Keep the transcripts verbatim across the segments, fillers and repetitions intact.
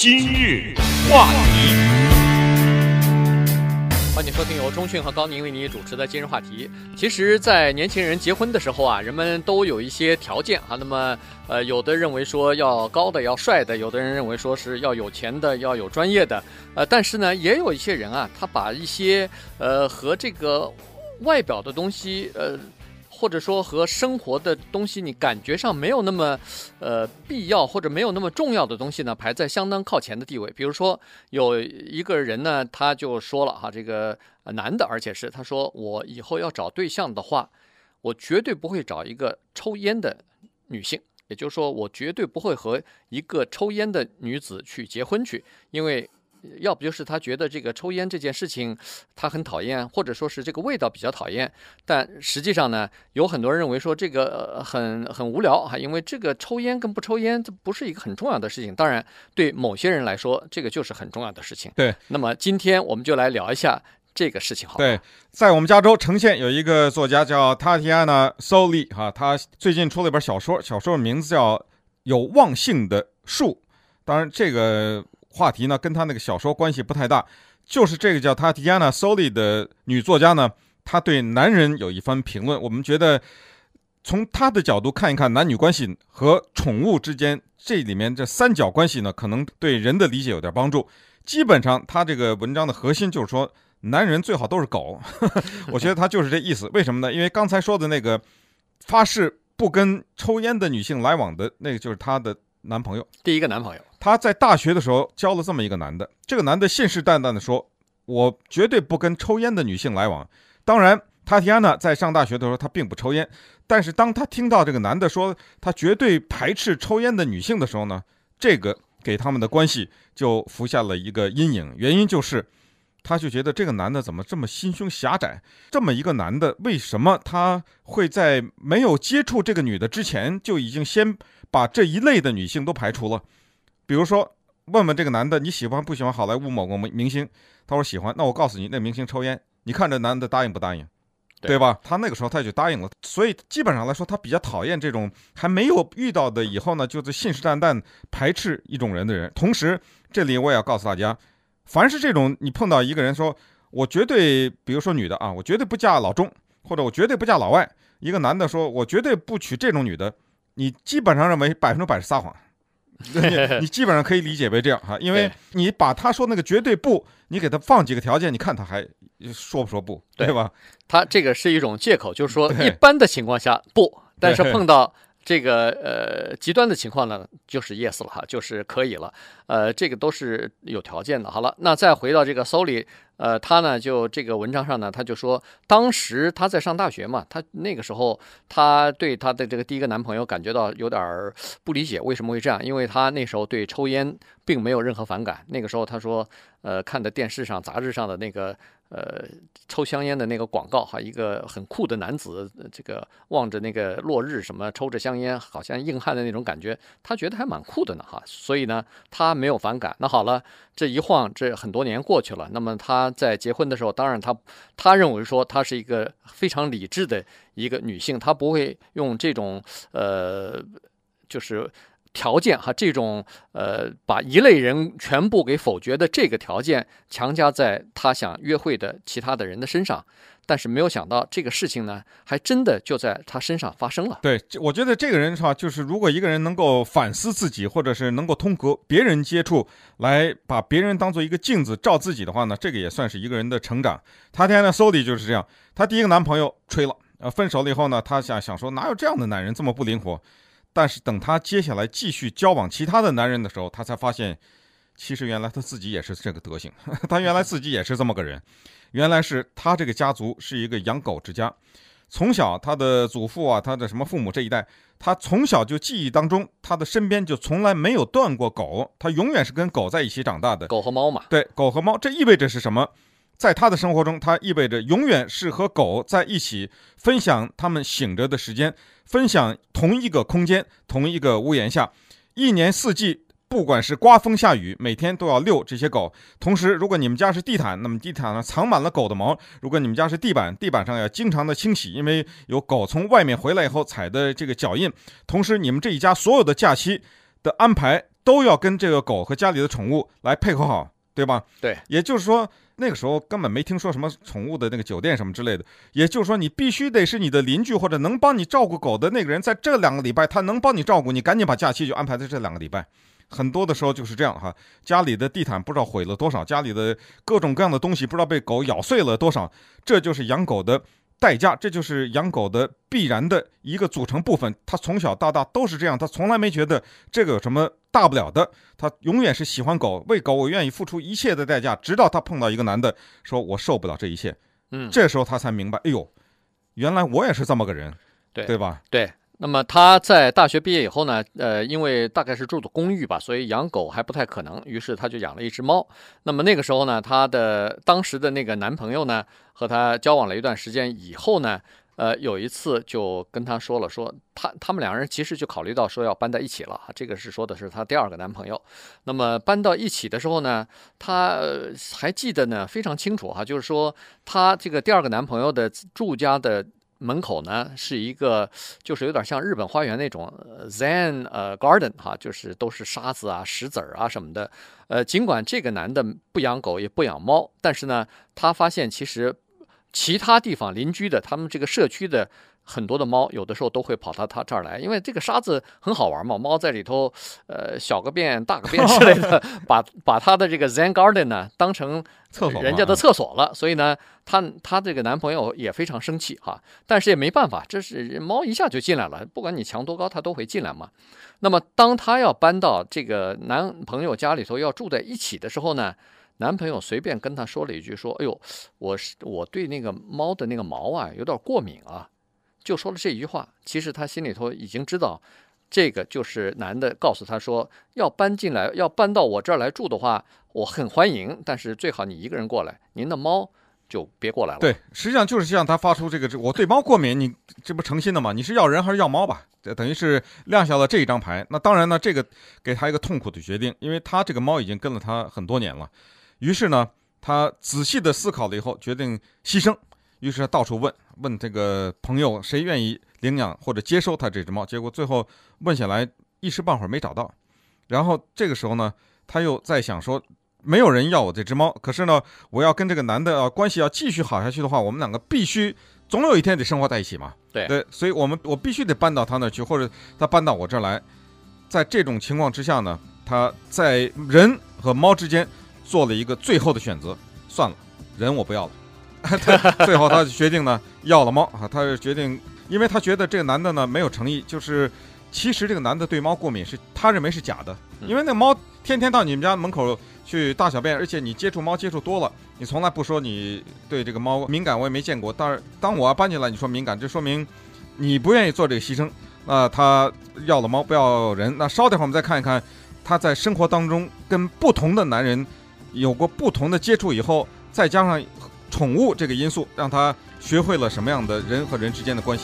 今日话题， 欢迎收听由钟讯和高宁为你主持的今日话题。其实在年轻人结婚的时候啊，人们都有一些条件啊。那么呃，有的认为说要高的要帅的，有的人认为说是要有钱的要有专业的，呃，但是呢也有一些人啊，他把一些呃和这个外表的东西呃或者说和生活的东西你感觉上没有那么呃必要或者没有那么重要的东西呢，排在相当靠前的地位。比如说有一个人呢，他就说了哈，这个男的，而且是他说，我以后要找对象的话，我绝对不会找一个抽烟的女性，也就是说我绝对不会和一个抽烟的女子去结婚去，因为要不就是他觉得这个抽烟这件事情他很讨厌，或者说是这个味道比较讨厌。但实际上呢，有很多人认为说这个很很无聊哈，因为这个抽烟跟不抽烟这不是一个很重要的事情。当然对某些人来说这个就是很重要的事情。 对， 那么今天我们就来聊一下这个事情好。 对，在我们加州城县有一个作家叫 Tatiana Soli 哈，他最近出了一本小说，小说的名字叫《有忘性的树》。当然这个话题呢跟他那个小说关系不太大，就是这个叫 Tatiana Soli 的女作家呢，她对男人有一番评论。我们觉得从她的角度看一看男女关系和宠物之间这里面这三角关系呢，可能对人的理解有点帮助。基本上她这个文章的核心就是说男人最好都是狗我觉得他就是这意思。为什么呢？因为刚才说的那个发誓不跟抽烟的女性来往的那个就是她的男朋友， 第一个男朋友。 她在大学的时候交了这么一个男的，这个男的信誓旦旦的说，我绝对不跟抽烟的女性来往。当然塔提安娜在上大学的时候她并不抽烟，但是当她听到这个男的说他绝对排斥抽烟的女性的时候呢，这个给他们的关系就浮下了一个阴影。原因就是他就觉得这个男的怎么这么心胸狭窄，这么一个男的为什么他会在没有接触这个女的之前就已经先把这一类的女性都排除了。比如说问问这个男的，你喜欢不喜欢好莱坞某个明星？他说喜欢。那我告诉你，那明星抽烟，你看这男的答应不答应？ 对, 对吧？他那个时候他就答应了。所以基本上来说他比较讨厌这种还没有遇到的以后呢就是信誓旦旦排斥一种人的人。同时这里我也要告诉大家，凡是这种你碰到一个人说我绝对，比如说女的啊，我绝对不嫁老钟，或者我绝对不嫁老外，一个男的说我绝对不娶这种女的，你基本上认为百分之百是撒谎你, 你基本上可以理解为这样哈，因为你把他说那个绝对不，你给他放几个条件，你看他还说不说不， 对, 对吧？ 他这个是一种借口，就是说一般的情况下不，但是碰到这个呃极端的情况呢，就是 yes 了哈，就是可以了，呃，这个都是有条件的。好了，那再回到这个 Soli， 呃，他呢就这个文章上呢，他就说，当时他在上大学嘛，他那个时候他对他的这个第一个男朋友感觉到有点不理解，为什么会这样？因为他那时候对抽烟并没有任何反感。那个时候他说，呃，看的电视上、杂志上的那个。呃，抽香烟的那个广告哈，一个很酷的男子，这个望着那个落日什么，抽着香烟，好像硬汉的那种感觉，他觉得还蛮酷的呢哈，所以呢，他没有反感。那好了，这一晃这很多年过去了，那么他在结婚的时候，当然他他认为说他是一个非常理智的一个女性，他不会用这种呃，就是条件哈，这种呃把一类人全部给否决的这个条件强加在他想约会的其他的人的身上，但是没有想到这个事情呢，还真的就在他身上发生了。 对，我觉得这个人哈，就是如果一个人能够反思自己，或者是能够通过别人接触来把别人当做一个镜子照自己的话呢，这个也算是一个人的成长。他天的 Soli 就是这样，他第一个男朋友吹了，呃，分手了以后呢，他想想说哪有这样的男人这么不灵活。但是等他接下来继续交往其他的男人的时候，他才发现其实原来他自己也是这个德行他原来自己也是这么个人。原来是他这个家族是一个养狗之家，从小他的祖父啊，他的什么父母这一代，他从小就记忆当中他的身边就从来没有断过狗，他永远是跟狗在一起长大的。 狗和猫嘛。 对，狗和猫。这意味着是什么？在他的生活中，他意味着永远是和狗在一起分享他们醒着的时间，分享同一个空间，同一个屋檐下，一年四季不管是刮风下雨，每天都要遛这些狗。同时如果你们家是地毯，那么地毯上藏满了狗的毛；如果你们家是地板，地板上要经常的清洗，因为有狗从外面回来以后踩的这个脚印。同时你们这一家所有的假期的安排都要跟这个狗和家里的宠物来配合好，对吧？ 对， 也就是说那个时候根本没听说什么宠物的那个酒店什么之类的，也就是说你必须得是你的邻居或者能帮你照顾狗的那个人，在这两个礼拜他能帮你照顾，你赶紧把假期就安排在这两个礼拜。很多的时候就是这样哈，家里的地毯不知道毁了多少，家里的各种各样的东西不知道被狗咬碎了多少，这就是养狗的代价，这就是养狗的必然的一个组成部分。他从小到大都是这样，他从来没觉得这个有什么大不了的，他永远是喜欢狗，为狗我愿意付出一切的代价，直到他碰到一个男的说我受不了这一切， 嗯， 这时候他才明白，哎呦，原来我也是这么个人， 对对吧？ 对。那么他在大学毕业以后呢，呃，因为大概是住的公寓吧，所以养狗还不太可能，于是他就养了一只猫。那么那个时候呢，他的当时的那个男朋友呢，和他交往了一段时间以后呢，呃，有一次就跟他说了，说他他们两人其实就考虑到说要搬在一起了，这个是说的是他第二个男朋友。那么搬到一起的时候呢，他还记得呢非常清楚哈，就是说他这个第二个男朋友的住家的门口呢是一个，就是有点像日本花园那种 Zen 呃 garden 哈，就是都是沙子啊、石子儿啊什么的。呃，尽管这个男的不养狗也不养猫，但是呢，他发现其实其他地方邻居的他们这个社区的很多的猫，有的时候都会跑到他这儿来，因为这个沙子很好玩嘛，猫在里头，呃，小个便、大个便之类的，把把他的这个 Zen Garden 呢当成人家的厕所了，所以呢，他他这个男朋友也非常生气哈，但是也没办法，这是猫一下就进来了，不管你墙多高，它都会进来嘛。那么当他要搬到这个男朋友家里头要住在一起的时候呢，男朋友随便跟他说了一句，说：“哎呦，我是我对那个猫的那个毛啊有点过敏啊。”就说了这一句话，其实他心里头已经知道，这个就是男的告诉他说，要搬进来，要搬到我这儿来住的话，我很欢迎，但是最好你一个人过来，您的猫就别过来了。 对，实际上就是向他发出这个，我对猫过敏，你这不诚心的吗？你是要人还是要猫吧？这等于是亮下了这一张牌。那当然呢，这个给他一个痛苦的决定，因为他这个猫已经跟了他很多年了。于是呢，他仔细的思考了以后，决定牺牲。于是他到处问问这个朋友谁愿意领养或者接收他这只猫，结果最后问下来一时半会儿没找到。然后这个时候呢，他又在想说，没有人要我这只猫，可是呢，我要跟这个男的、啊、关系要继续好下去的话，我们两个必须总有一天得生活在一起嘛。 对对，所以我们我必须得搬到他那去，或者他搬到我这儿来。在这种情况之下呢，他在人和猫之间做了一个最后的选择，算了，人我不要了。最后他决定呢要了猫啊，他决定，因为他觉得这个男的呢没有诚意，就是其实这个男的对猫过敏是他认为是假的，因为那个猫天天到你们家门口去大小便，而且你接触猫接触多了，你从来不说你对这个猫敏感，我也没见过。当然，当我要搬进来，你说敏感，这说明你不愿意做这个牺牲。那他要了猫不要人，那稍等会儿我们再看一看他在生活当中跟不同的男人有过不同的接触以后，再加上宠物这个因素，让他学会了什么样的人和人之间的关系。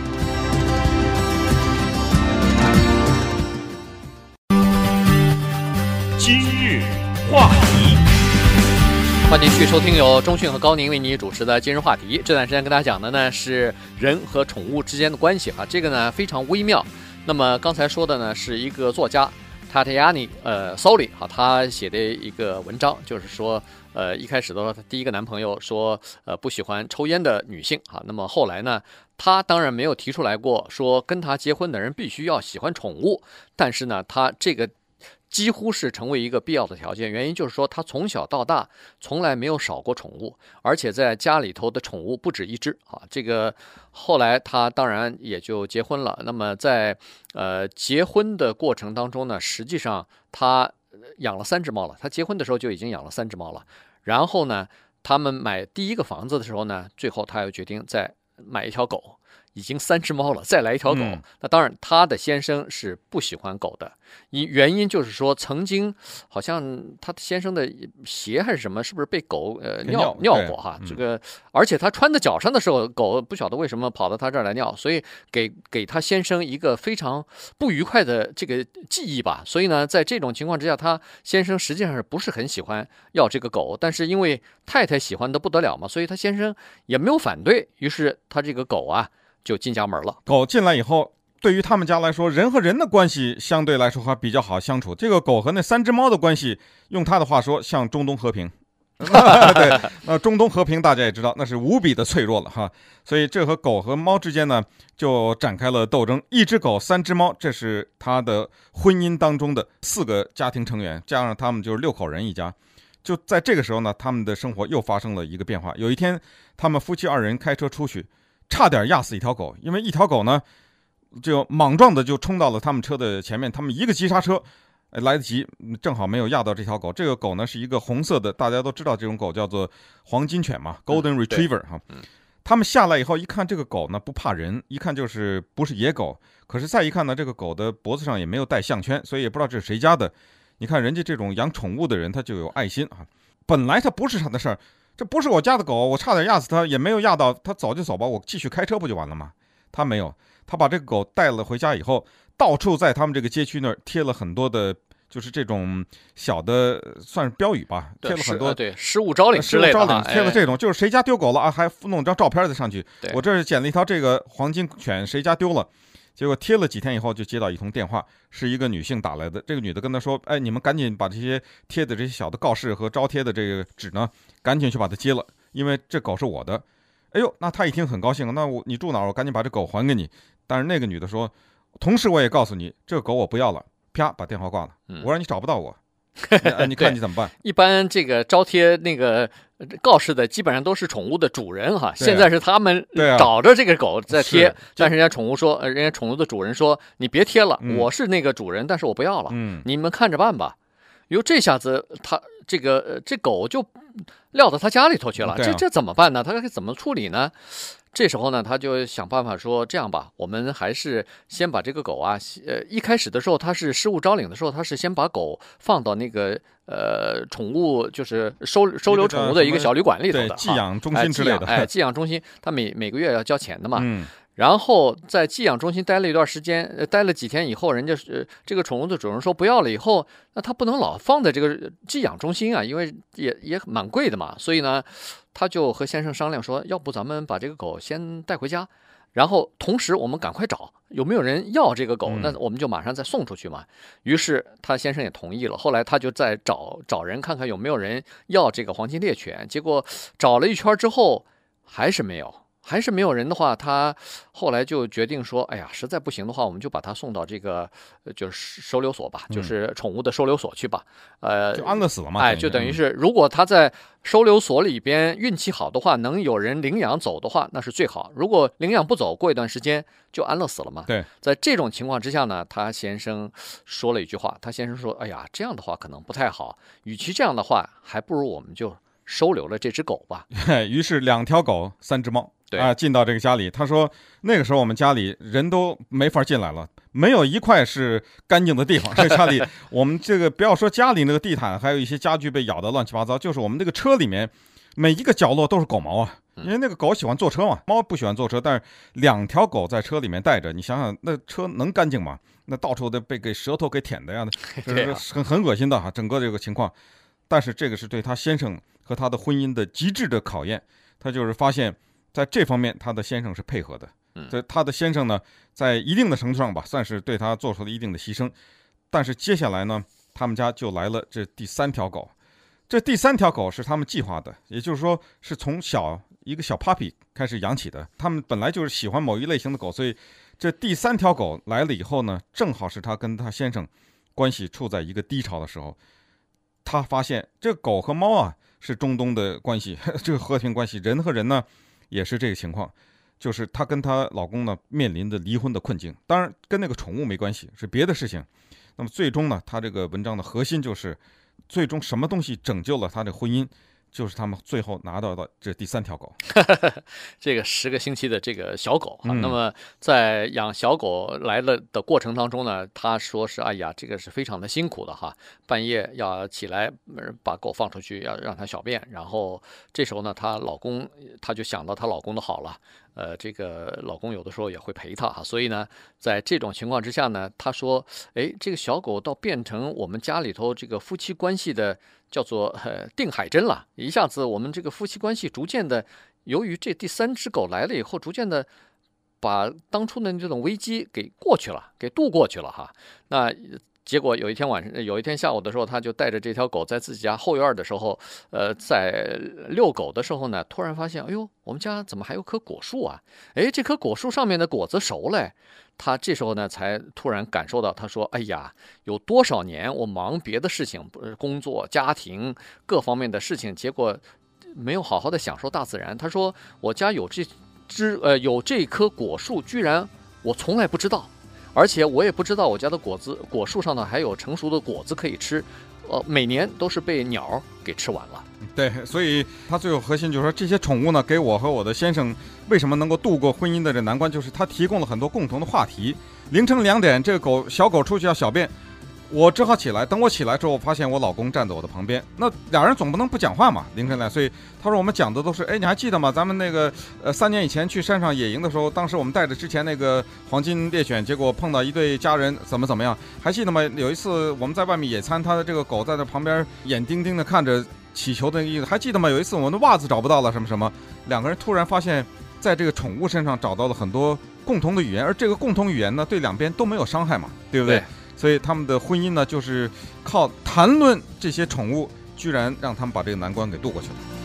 今日话题， 欢迎继续收听由钟迅和高宁为你主持的今日话题。这段时间跟大家讲的呢是人和宠物之间的关系啊，这个呢非常微妙。那么刚才说的呢是一个作家 Tatiana 呃 Soli 啊，他写的一个文章，就是说呃一开始的时候，他第一个男朋友说呃不喜欢抽烟的女性啊，那么后来呢，他当然没有提出来过说跟他结婚的人必须要喜欢宠物，但是呢，他这个几乎是成为一个必要的条件，原因就是说他从小到大从来没有少过宠物，而且在家里头的宠物不止一只啊。这个后来他当然也就结婚了。那么在呃结婚的过程当中呢，实际上他养了三只猫了。他结婚的时候就已经养了三只猫了。然后呢，他们买第一个房子的时候呢，最后他又决定再买一条狗。已经三只猫了，再来一条狗。 嗯、 那当然，他的先生是不喜欢狗的，因原因就是说，曾经好像他的先生的鞋还是什么，是不是被狗呃尿尿过哈？这个，而且他穿在脚上的时候，狗不晓得为什么跑到他这儿来尿，所以给给他先生一个非常不愉快的这个记忆吧。所以呢，在这种情况之下，他先生实际上是不是很喜欢要这个狗？但是因为太太喜欢的不得了嘛，所以他先生也没有反对，于是他这个狗啊。就进家门了。 狗进来以后， 对于他们家来说，人和人的关系相对来说还比较好相处。这个狗和那三只猫的关系，用他的话说，像中东和平。对，那中东和平大家也知道，那是无比的脆弱了哈。所以这和狗和猫之间呢，就展开了斗争。一只狗，三只猫，这是他的婚姻当中的四个家庭成员，加上他们就是六口人一家。就在这个时候呢，他们的生活又发生了一个变化。有一天，他们夫妻二人开车出去，差点压死一条狗，因为一条狗呢，就莽撞的就冲到了他们车的前面，他们一个急刹车。来得及，正好没有压到这条狗。这个狗呢是一个红色的，大家都知道这种狗叫做黄金犬嘛 ，Golden Retriever 哈、嗯。他们下来以后一看，这个狗呢不怕人，一看就是不是野狗。可是再一看呢，这个狗的脖子上也没有带项圈，所以也不知道这是谁家的。你看人家这种养宠物的人，他就有爱心啊。本来他不是他的事儿，这不是我家的狗，我差点压死他，也没有压到，他走就走吧，我继续开车不就完了吗？他没有，他把这个狗带了回家以后。到处在他们这个街区那儿贴了很多的，就是这种小的算是标语吧，贴了很多对失物招领之类的， 失物招领贴了这种，就是谁家丢狗了啊，还弄张照片再上去。我这儿捡了一条这个黄金犬，谁家丢了？结果贴了几天以后，就接到一通电话，是一个女性打来的。这个女的跟他说：“哎，你们赶紧把这些贴的这些小的告示和招贴的这个纸呢，赶紧去把它接了，因为这狗是我的。”哎呦，那他一听很高兴，那我你住哪儿？我赶紧把这狗还给你。但是那个女的说。同时我也告诉你，这个狗我不要了，啪，把电话挂了。我让你找不到我，你看你怎么办？ 一般这个招贴那个告示的，基本上都是宠物的主人哈。现在是他们找着这个狗在贴，但是人家宠物说，人家宠物的主人说，你别贴了，我是那个主人，但是我不要了，你们看着办吧。哟，这下子他这个这狗就撂到他家里头去了，这这怎么办呢？他该怎么处理呢？这时候呢，他就想办法说，这样吧，我们还是先把这个狗啊，呃，一开始的时候他是失物招领的时候，他是先把狗放到那个呃宠物就是收收留宠物的一个小旅馆里头的寄养中心之类的， 哎，寄养中心，他每每个月要交钱的嘛。 嗯。 然后在寄养中心待了一段时间，呃，待了几天以后，人家呃这个宠物的主人说不要了，以后那他不能老放在这个寄养中心啊，因为也也蛮贵的嘛，所以呢，他就和先生商量说，要不咱们把这个狗先带回家，然后同时我们赶快找有没有人要这个狗，那我们就马上再送出去嘛。于是他先生也同意了，后来他就在找找人看看有没有人要这个黄金猎犬，结果找了一圈之后还是没有。还是没有人的话，他后来就决定说：“哎呀，实在不行的话，我们就把它送到这个就是收留所吧，就是宠物的收留所去吧。”呃， 就安乐死了嘛。 哎，就等于是，如果他在收留所里边运气好的话，能有人领养走的话，那是最好。如果领养不走，过一段时间就安乐死了嘛。 对， 在这种情况之下呢，他先生说了一句话，他先生说：“哎呀，这样的话可能不太好，与其这样的话，还不如我们就收留了这只狗吧。” 于是两条狗，三只猫。 对啊，进到这个家里，他说那个时候我们家里人都没法进来了，没有一块是干净的地方。这家里，我们这个不要说家里那个地毯，还有一些家具被咬得乱七八糟，就是我们这个车里面每一个角落都是狗毛啊，因为那个狗喜欢坐车嘛，猫不喜欢坐车，但是两条狗在车里面带着，你想想那车能干净吗？那到处都被给舌头给舔的呀，这是很很恶心的哈，整个这个情况。但是这个是对他先生和他的婚姻的极致的考验，他就是发现。在这方面，他的先生是配合的。这他的先生呢，在一定的程度上吧，算是对他做出了一定的牺牲。但是接下来呢，他们家就来了这第三条狗。这第三条狗是他们计划的，也就是说是从小一个小 puppy 开始养起的。他们本来就是喜欢某一类型的狗，所以这第三条狗来了以后呢，正好是他跟他先生关系处在一个低潮的时候。他发现这狗和猫啊是中东的关系，这个和平关系，人和人呢。也是这个情况，就是她跟她老公呢面临的离婚的困境，当然跟那个宠物没关系，是别的事情。那么最终呢，她这个文章的核心就是，最终什么东西拯救了她的婚姻，就是他们最后拿到的这第三条狗。 这个十个星期的这个小狗哈、嗯，那么在养小狗来了的过程当中呢，他说是哎呀，这个是非常的辛苦的哈，半夜要起来把狗放出去，要让它小便，然后这时候呢，她老公她就想到她老公的好了。呃，这个老公有的时候也会陪她哈，所以呢，在这种情况之下呢，她说，哎，这个小狗倒变成我们家里头这个夫妻关系的叫做呃定海针了，一下子我们这个夫妻关系逐渐的，由于这第三只狗来了以后，逐渐的把当初的这种危机给过去了，给度过去了哈。那结果有一天晚上，有一天下午的时候，他就带着这条狗在自己家后院的时候，呃，在遛狗的时候呢，突然发现，哎呦，我们家怎么还有棵果树啊？哎，这棵果树上面的果子熟嘞。他这时候呢，才突然感受到，他说：“哎呀，有多少年我忙别的事情，工作、家庭各方面的事情，结果没有好好的享受大自然。”他说：“我家有这只呃有这棵果树，居然我从来不知道。”而且我也不知道我家的果子果树上呢还有成熟的果子可以吃，呃，每年都是被鸟给吃完了。 对，所以他最后核心就是说，这些宠物呢，给我和我的先生为什么能够度过婚姻的这难关，就是它提供了很多共同的话题。凌晨两点，这个狗小狗出去要小便，我只好起来。等我起来之后，我发现我老公站在我的旁边，那俩人总不能不讲话嘛。凌晨两，所以他说我们讲的都是，哎，你还记得吗？咱们那个呃三年以前去山上野营的时候，当时我们带着之前那个黄金猎犬，结果碰到一对家人，怎么怎么样？还记得吗？有一次我们在外面野餐，他的这个狗在那旁边眼盯盯的看着祈求的意思。还记得吗？有一次我们的袜子找不到了，什么什么，两个人突然发现，在这个宠物身上找到了很多共同的语言，而这个共同语言呢，对两边都没有伤害嘛，对不对？对，所以他们的婚姻呢，就是靠谈论这些宠物，居然让他们把这个难关给度过去了。